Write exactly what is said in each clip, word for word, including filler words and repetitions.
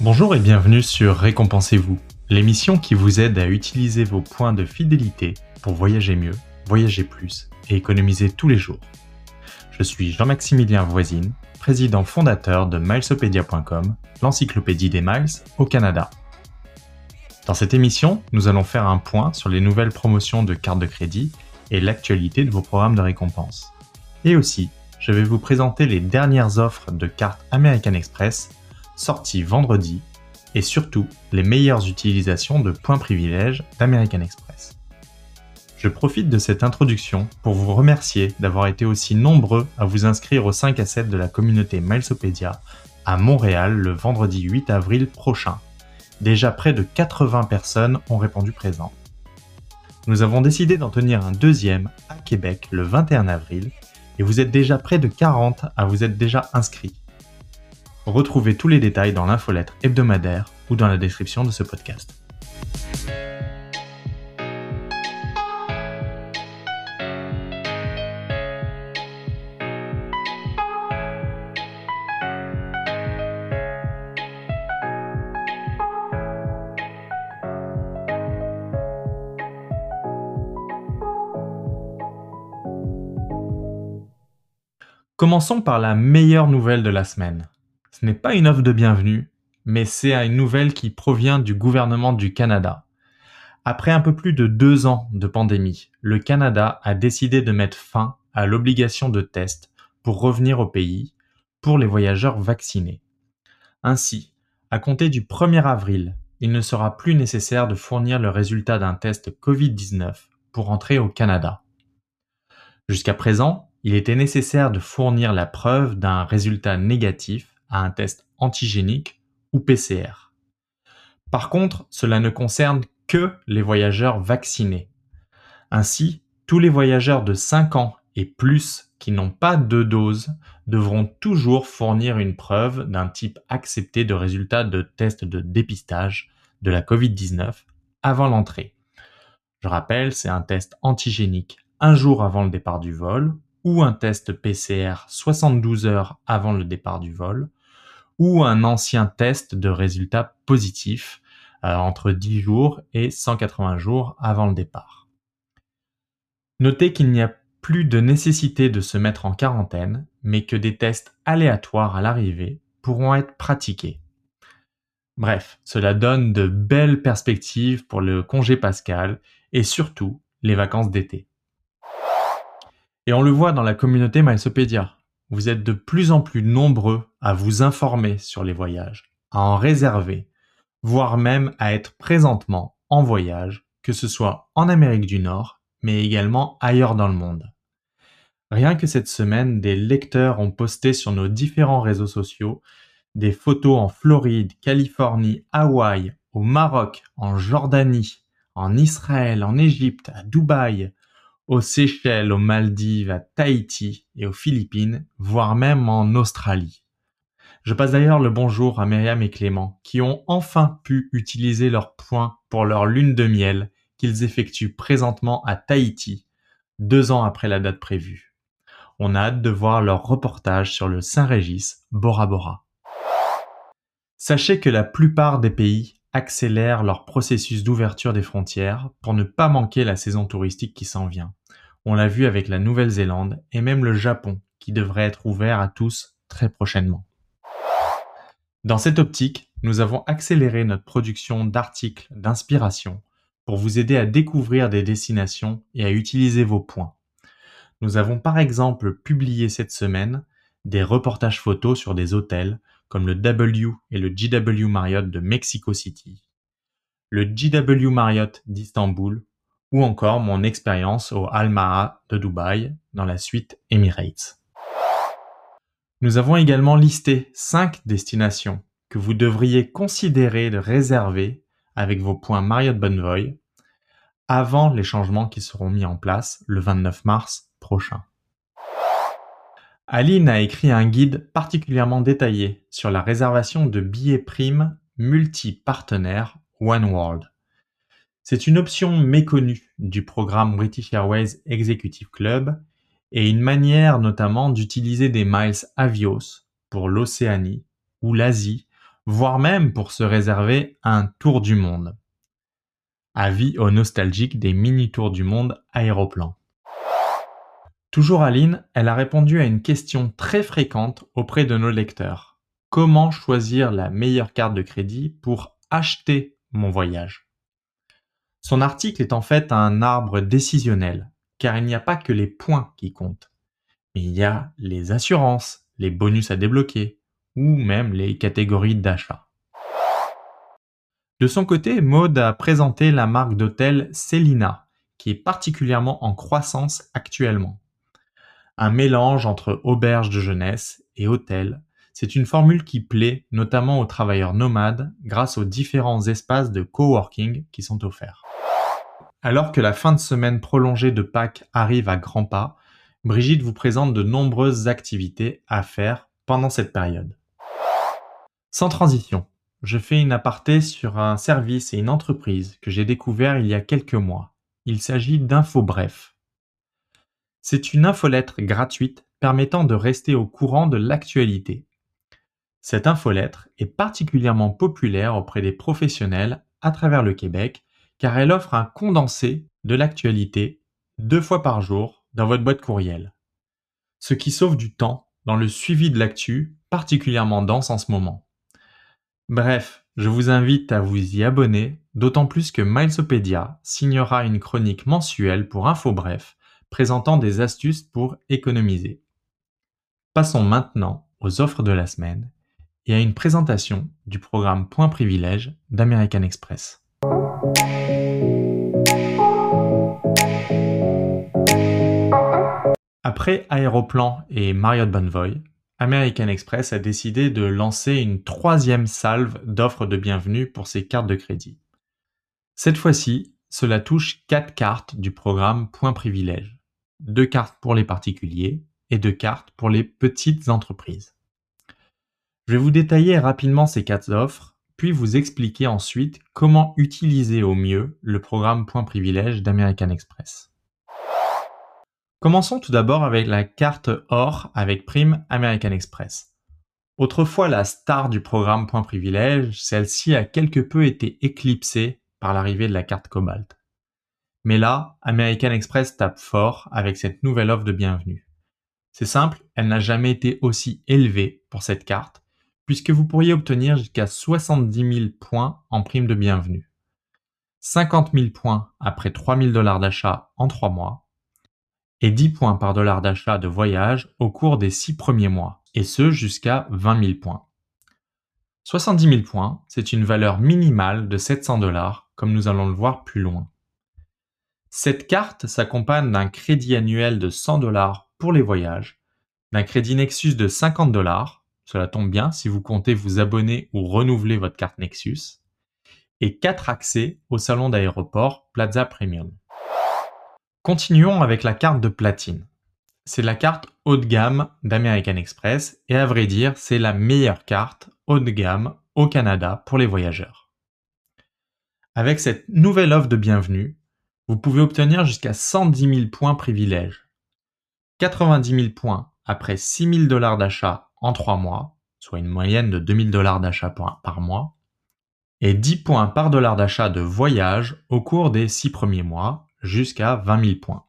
Bonjour et bienvenue sur Récompensez-vous, l'émission qui vous aide à utiliser vos points de fidélité pour voyager mieux, voyager plus et économiser tous les jours. Je suis Jean-Maximilien Voisine, président fondateur de milesopedia point com, l'encyclopédie des miles au Canada. Dans cette émission, nous allons faire un point sur les nouvelles promotions de cartes de crédit et l'actualité de vos programmes de récompense. Et aussi, je vais vous présenter les dernières offres de cartes American Express sorties vendredi et surtout les meilleures utilisations de points privilèges d'American Express. Je profite de cette introduction pour vous remercier d'avoir été aussi nombreux à vous inscrire au cinq à sept de la communauté Milesopedia à Montréal le vendredi huit avril prochain. Déjà près de quatre-vingts personnes ont répondu présent. Nous avons décidé d'en tenir un deuxième à Québec le vingt et un avril et vous êtes déjà près de quarante à vous être déjà inscrits. Retrouvez tous les détails dans l'infolettre hebdomadaire ou dans la description de ce podcast. Commençons par la meilleure nouvelle de la semaine. Ce n'est pas une offre de bienvenue, mais c'est une nouvelle qui provient du gouvernement du Canada. Après un peu plus de deux ans de pandémie, le Canada a décidé de mettre fin à l'obligation de test pour revenir au pays pour les voyageurs vaccinés. Ainsi, à compter du premier avril, il ne sera plus nécessaire de fournir le résultat d'un test covid dix-neuf pour entrer au Canada. Jusqu'à présent, il était nécessaire de fournir la preuve d'un résultat négatif à un test antigénique ou P C R. Par contre, cela ne concerne que les voyageurs vaccinés. Ainsi, tous les voyageurs de cinq ans et plus qui n'ont pas deux doses devront toujours fournir une preuve d'un type accepté de résultat de test de dépistage de la covid dix-neuf avant l'entrée. Je rappelle, c'est un test antigénique un jour avant le départ du vol, ou un test P C R soixante-douze heures avant le départ du vol, ou un ancien test de résultat positif euh, entre dix jours et cent quatre-vingts jours avant le départ. Notez qu'il n'y a plus de nécessité de se mettre en quarantaine, mais que des tests aléatoires à l'arrivée pourront être pratiqués. Bref, cela donne de belles perspectives pour le congé pascal et surtout les vacances d'été. Et on le voit dans la communauté Milesopedia. Vous êtes de plus en plus nombreux à vous informer sur les voyages, à en réserver, voire même à être présentement en voyage, que ce soit en Amérique du Nord, mais également ailleurs dans le monde. Rien que cette semaine, des lecteurs ont posté sur nos différents réseaux sociaux des photos en Floride, Californie, Hawaï, au Maroc, en Jordanie, en Israël, en Égypte, à Dubaï, aux Seychelles, aux Maldives, à Tahiti et aux Philippines, voire même en Australie. Je passe d'ailleurs le bonjour à Myriam et Clément, qui ont enfin pu utiliser leurs points pour leur lune de miel qu'ils effectuent présentement à Tahiti, deux ans après la date prévue. On a hâte de voir leur reportage sur le Saint-Régis, Bora Bora. Sachez que la plupart des pays accélèrent leur processus d'ouverture des frontières pour ne pas manquer la saison touristique qui s'en vient. On l'a vu avec la Nouvelle-Zélande et même le Japon qui devrait être ouvert à tous très prochainement. Dans cette optique, nous avons accéléré notre production d'articles d'inspiration pour vous aider à découvrir des destinations et à utiliser vos points. Nous avons par exemple publié cette semaine des reportages photos sur des hôtels comme le W et le G W Marriott de Mexico City, le G W Marriott d'Istanbul ou encore mon expérience au Al Maha de Dubaï dans la suite Emirates. Nous avons également listé cinq destinations que vous devriez considérer de réserver avec vos points Marriott Bonvoy avant les changements qui seront mis en place le vingt-neuf mars prochain. Aline a écrit un guide particulièrement détaillé sur la réservation de billets primes multi-partenaires Oneworld. C'est une option méconnue du programme British Airways Executive Club et une manière notamment d'utiliser des miles Avios pour l'Océanie ou l'Asie voire même pour se réserver un tour du monde. Avis aux nostalgiques des mini-tours du monde aéroplan. Toujours Aline, elle a répondu à une question très fréquente auprès de nos lecteurs. Comment choisir la meilleure carte de crédit pour acheter mon voyage? Son article est en fait un arbre décisionnel, car il n'y a pas que les points qui comptent. Il y a les assurances, les bonus à débloquer, ou même les catégories d'achat. De son côté, Maud a présenté la marque d'hôtel Celina, qui est particulièrement en croissance actuellement. Un mélange entre auberge de jeunesse et hôtel, c'est une formule qui plaît notamment aux travailleurs nomades grâce aux différents espaces de coworking qui sont offerts. Alors que la fin de semaine prolongée de Pâques arrive à grands pas, Brigitte vous présente de nombreuses activités à faire pendant cette période. Sans transition, je fais une aparté sur un service et une entreprise que j'ai découvert il y a quelques mois. Il s'agit d'InfoBref. C'est une infolettre gratuite permettant de rester au courant de l'actualité. Cette infolettre est particulièrement populaire auprès des professionnels à travers le Québec car elle offre un condensé de l'actualité deux fois par jour dans votre boîte courriel. Ce qui sauve du temps dans le suivi de l'actu particulièrement dense en ce moment. Bref, je vous invite à vous y abonner, d'autant plus que Milesopedia signera une chronique mensuelle pour InfoBref présentant des astuces pour économiser. Passons maintenant aux offres de la semaine et à une présentation du programme Point Privilège d'American Express. Après Aéroplan et Marriott Bonvoy, American Express a décidé de lancer une troisième salve d'offres de bienvenue pour ses cartes de crédit. Cette fois-ci, cela touche quatre cartes du programme Point Privilège, deux cartes pour les particuliers et deux cartes pour les petites entreprises. Je vais vous détailler rapidement ces quatre offres, puis vous expliquer ensuite comment utiliser au mieux le programme Point Privilège d'American Express. Commençons tout d'abord avec la carte or avec prime American Express. Autrefois la star du programme Point Privilège, celle-ci a quelque peu été éclipsée par l'arrivée de la carte Cobalt. Mais là, American Express tape fort avec cette nouvelle offre de bienvenue. C'est simple, elle n'a jamais été aussi élevée pour cette carte, puisque vous pourriez obtenir jusqu'à soixante-dix mille points en prime de bienvenue, cinquante mille points après trois mille dollars d'achat en trois mois, et dix points par dollar d'achat de voyage au cours des six premiers mois, et ce jusqu'à vingt mille points. soixante-dix mille points, c'est une valeur minimale de sept cents dollars, comme nous allons le voir plus loin. Cette carte s'accompagne d'un crédit annuel de cent dollars pour les voyages, d'un crédit Nexus de cinquante dollars, cela tombe bien si vous comptez vous abonner ou renouveler votre carte Nexus, et quatre accès au salon d'aéroport Plaza Premium. Continuons avec la carte de platine. C'est la carte haut de gamme d'American Express et à vrai dire, c'est la meilleure carte haut de gamme au Canada pour les voyageurs. Avec cette nouvelle offre de bienvenue, vous pouvez obtenir jusqu'à cent dix mille points privilèges, quatre-vingt-dix mille points après six mille dollars d'achat en trois mois, soit une moyenne de deux mille dollars d'achat par mois, et dix points par dollar d'achat de voyage au cours des six premiers mois, jusqu'à vingt mille points.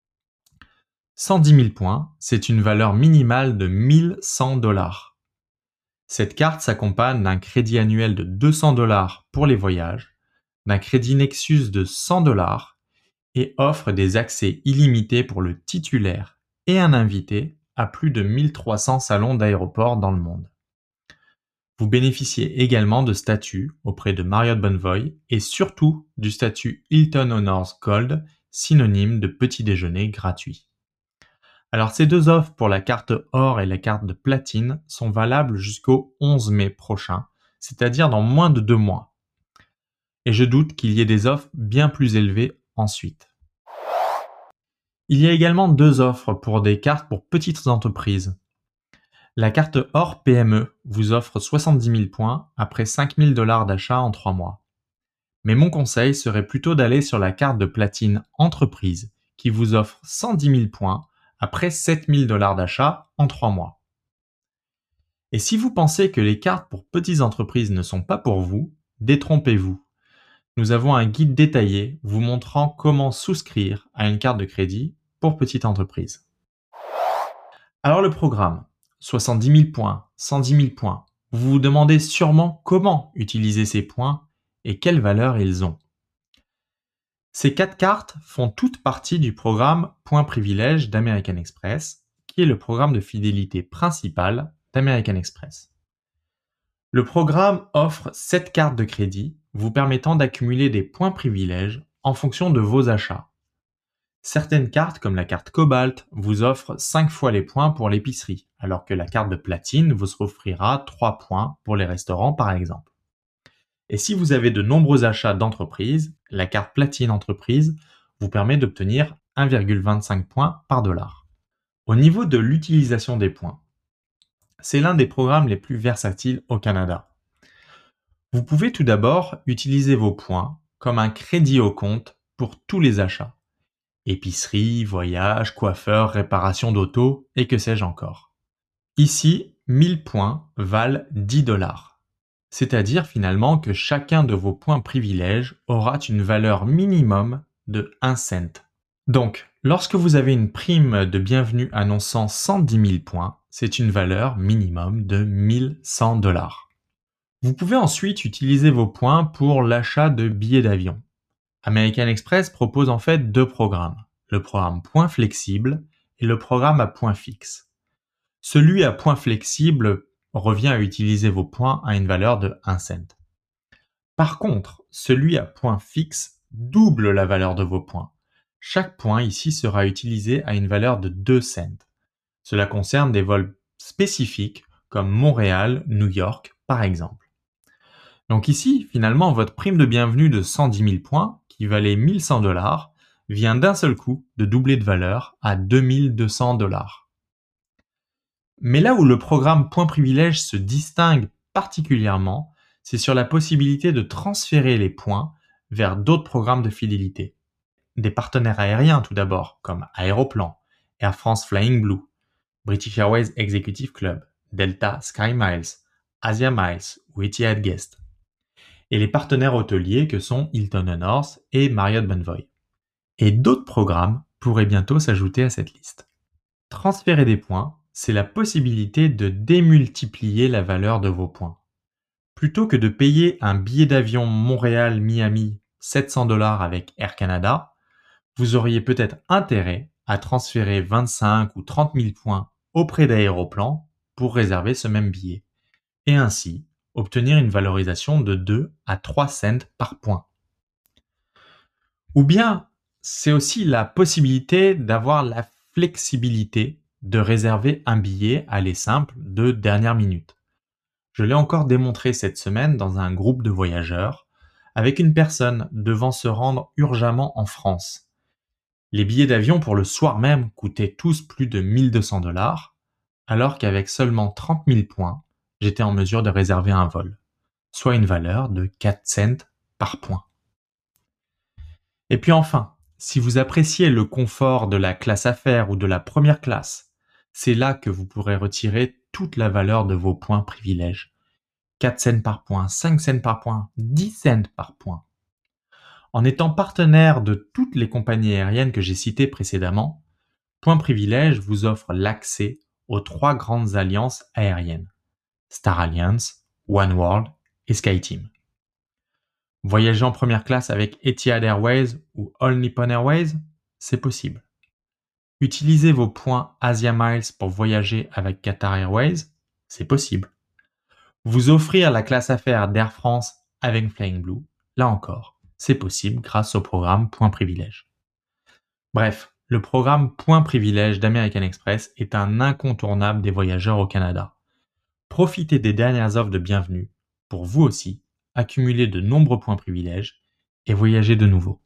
cent dix mille points, c'est une valeur minimale de mille cent dollars. Cette carte s'accompagne d'un crédit annuel de deux cents dollars pour les voyages, d'un crédit Nexus de cent dollars et offre des accès illimités pour le titulaire et un invité à plus de mille trois cents salons d'aéroports dans le monde. Vous bénéficiez également de statuts auprès de Marriott Bonvoy et surtout du statut Hilton Honors Gold, synonyme de petit déjeuner gratuit. Alors ces deux offres pour la carte or et la carte de platine sont valables jusqu'au onze mai prochain, c'est-à-dire dans moins de deux mois. Et je doute qu'il y ait des offres bien plus élevées ensuite. Il y a également deux offres pour des cartes pour petites entreprises. La carte or P M E vous offre soixante-dix mille points après cinq mille dollars d'achat en trois mois. Mais mon conseil serait plutôt d'aller sur la carte de platine entreprise qui vous offre cent dix mille points après sept mille dollars d'achat en trois mois. Et si vous pensez que les cartes pour petites entreprises ne sont pas pour vous, détrompez-vous. Nous avons un guide détaillé vous montrant comment souscrire à une carte de crédit pour petite entreprise. Alors le programme, soixante-dix mille points, cent dix mille points, vous vous demandez sûrement comment utiliser ces points et quelle valeur ils ont. Ces quatre cartes font toutes partie du programme Points Privilèges d'American Express, qui est le programme de fidélité principal d'American Express. Le programme offre sept cartes de crédit vous permettant d'accumuler des points privilèges en fonction de vos achats. Certaines cartes, comme la carte Cobalt, vous offrent cinq fois les points pour l'épicerie, alors que la carte de platine vous offrira trois points pour les restaurants par exemple. Et si vous avez de nombreux achats d'entreprise, la carte platine entreprise vous permet d'obtenir un virgule vingt-cinq points par dollar. Au niveau de l'utilisation des points, c'est l'un des programmes les plus versatiles au Canada. Vous pouvez tout d'abord utiliser vos points comme un crédit au compte pour tous les achats. Épicerie, voyage, coiffeur, réparation d'auto et que sais-je encore. Ici, mille points valent dix dollars. C'est-à-dire finalement que chacun de vos points privilèges aura une valeur minimum de un cent. Donc, lorsque vous avez une prime de bienvenue annonçant cent dix mille points, c'est une valeur minimum de mille cent dollars. Vous pouvez ensuite utiliser vos points pour l'achat de billets d'avion. American Express propose en fait deux programmes, le programme Points Flexibles et le programme à points fixes. Celui à points flexibles revient à utiliser vos points à une valeur de un cent. Par contre, celui à points fixes double la valeur de vos points. Chaque point ici sera utilisé à une valeur de deux cents. Cela concerne des vols spécifiques comme Montréal, New York par exemple. Donc ici, finalement, votre prime de bienvenue de cent dix mille points, qui valait mille cent dollars, vient d'un seul coup de doubler de valeur à deux mille deux cents dollars. Mais là où le programme Points Privilèges se distingue particulièrement, c'est sur la possibilité de transférer les points vers d'autres programmes de fidélité. Des partenaires aériens tout d'abord, comme Aéroplan, Air France Flying Blue, British Airways Executive Club, Delta SkyMiles, Asia Miles ou Etihad Guest. Et les partenaires hôteliers que sont Hilton Honors et Marriott Bonvoy. Et d'autres programmes pourraient bientôt s'ajouter à cette liste. Transférer des points, c'est la possibilité de démultiplier la valeur de vos points. Plutôt que de payer un billet d'avion Montréal-Miami sept cents dollars avec Air Canada, vous auriez peut-être intérêt à transférer vingt-cinq ou trente mille points auprès d'Aéroplan pour réserver ce même billet. Et ainsi, obtenir une valorisation de deux à trois cents par point. Ou bien, c'est aussi la possibilité d'avoir la flexibilité de réserver un billet aller simple de dernière minute. Je l'ai encore démontré cette semaine dans un groupe de voyageurs avec une personne devant se rendre urgemment en France. Les billets d'avion pour le soir même coûtaient tous plus de mille deux cents dollars, alors qu'avec seulement trente mille points, j'étais en mesure de réserver un vol, soit une valeur de quatre cents par point. Et puis enfin, si vous appréciez le confort de la classe affaires ou de la première classe, c'est là que vous pourrez retirer toute la valeur de vos points privilèges. quatre cents par point, cinq cents par point, dix cents par point. En étant partenaire de toutes les compagnies aériennes que j'ai citées précédemment, Points Privilèges vous offre l'accès aux trois grandes alliances aériennes. Star Alliance, Oneworld et SkyTeam. Voyager en première classe avec Etihad Airways ou All Nippon Airways, c'est possible. Utiliser vos points Asia Miles pour voyager avec Qatar Airways, c'est possible. Vous offrir la classe affaires d'Air France avec Flying Blue, là encore, c'est possible grâce au programme Points Privilèges. Bref, le programme Points Privilèges d'American Express est un incontournable des voyageurs au Canada. Profitez des dernières offres de bienvenue pour vous aussi accumuler de nombreux points privilèges et voyager de nouveau.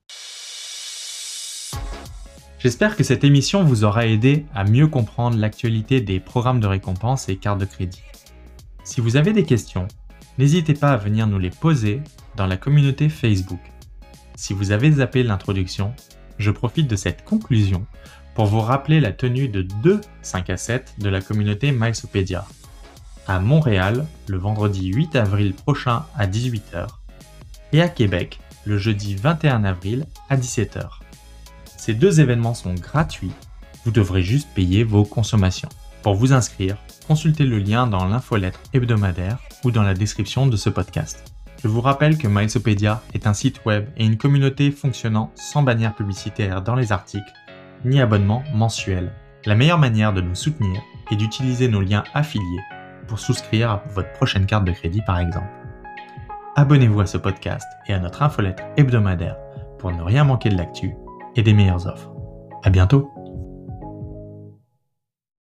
J'espère que cette émission vous aura aidé à mieux comprendre l'actualité des programmes de récompense et cartes de crédit. Si vous avez des questions, n'hésitez pas à venir nous les poser dans la communauté Facebook. Si vous avez zappé l'introduction, je profite de cette conclusion pour vous rappeler la tenue de deux cinq à sept de la communauté Milesopedia. à Montréal le vendredi huit avril prochain à dix-huit heures et à Québec le jeudi vingt et un avril à dix-sept heures. Ces deux événements sont gratuits, vous devrez juste payer vos consommations. Pour vous inscrire, consultez le lien dans l'infolettre hebdomadaire ou dans la description de ce podcast. Je vous rappelle que Milesopedia est un site web et une communauté fonctionnant sans bannière publicitaire dans les articles, ni abonnement mensuel. La meilleure manière de nous soutenir est d'utiliser nos liens affiliés pour souscrire à votre prochaine carte de crédit par exemple. Abonnez-vous à ce podcast et à notre infolettre hebdomadaire pour ne rien manquer de l'actu et des meilleures offres. À bientôt!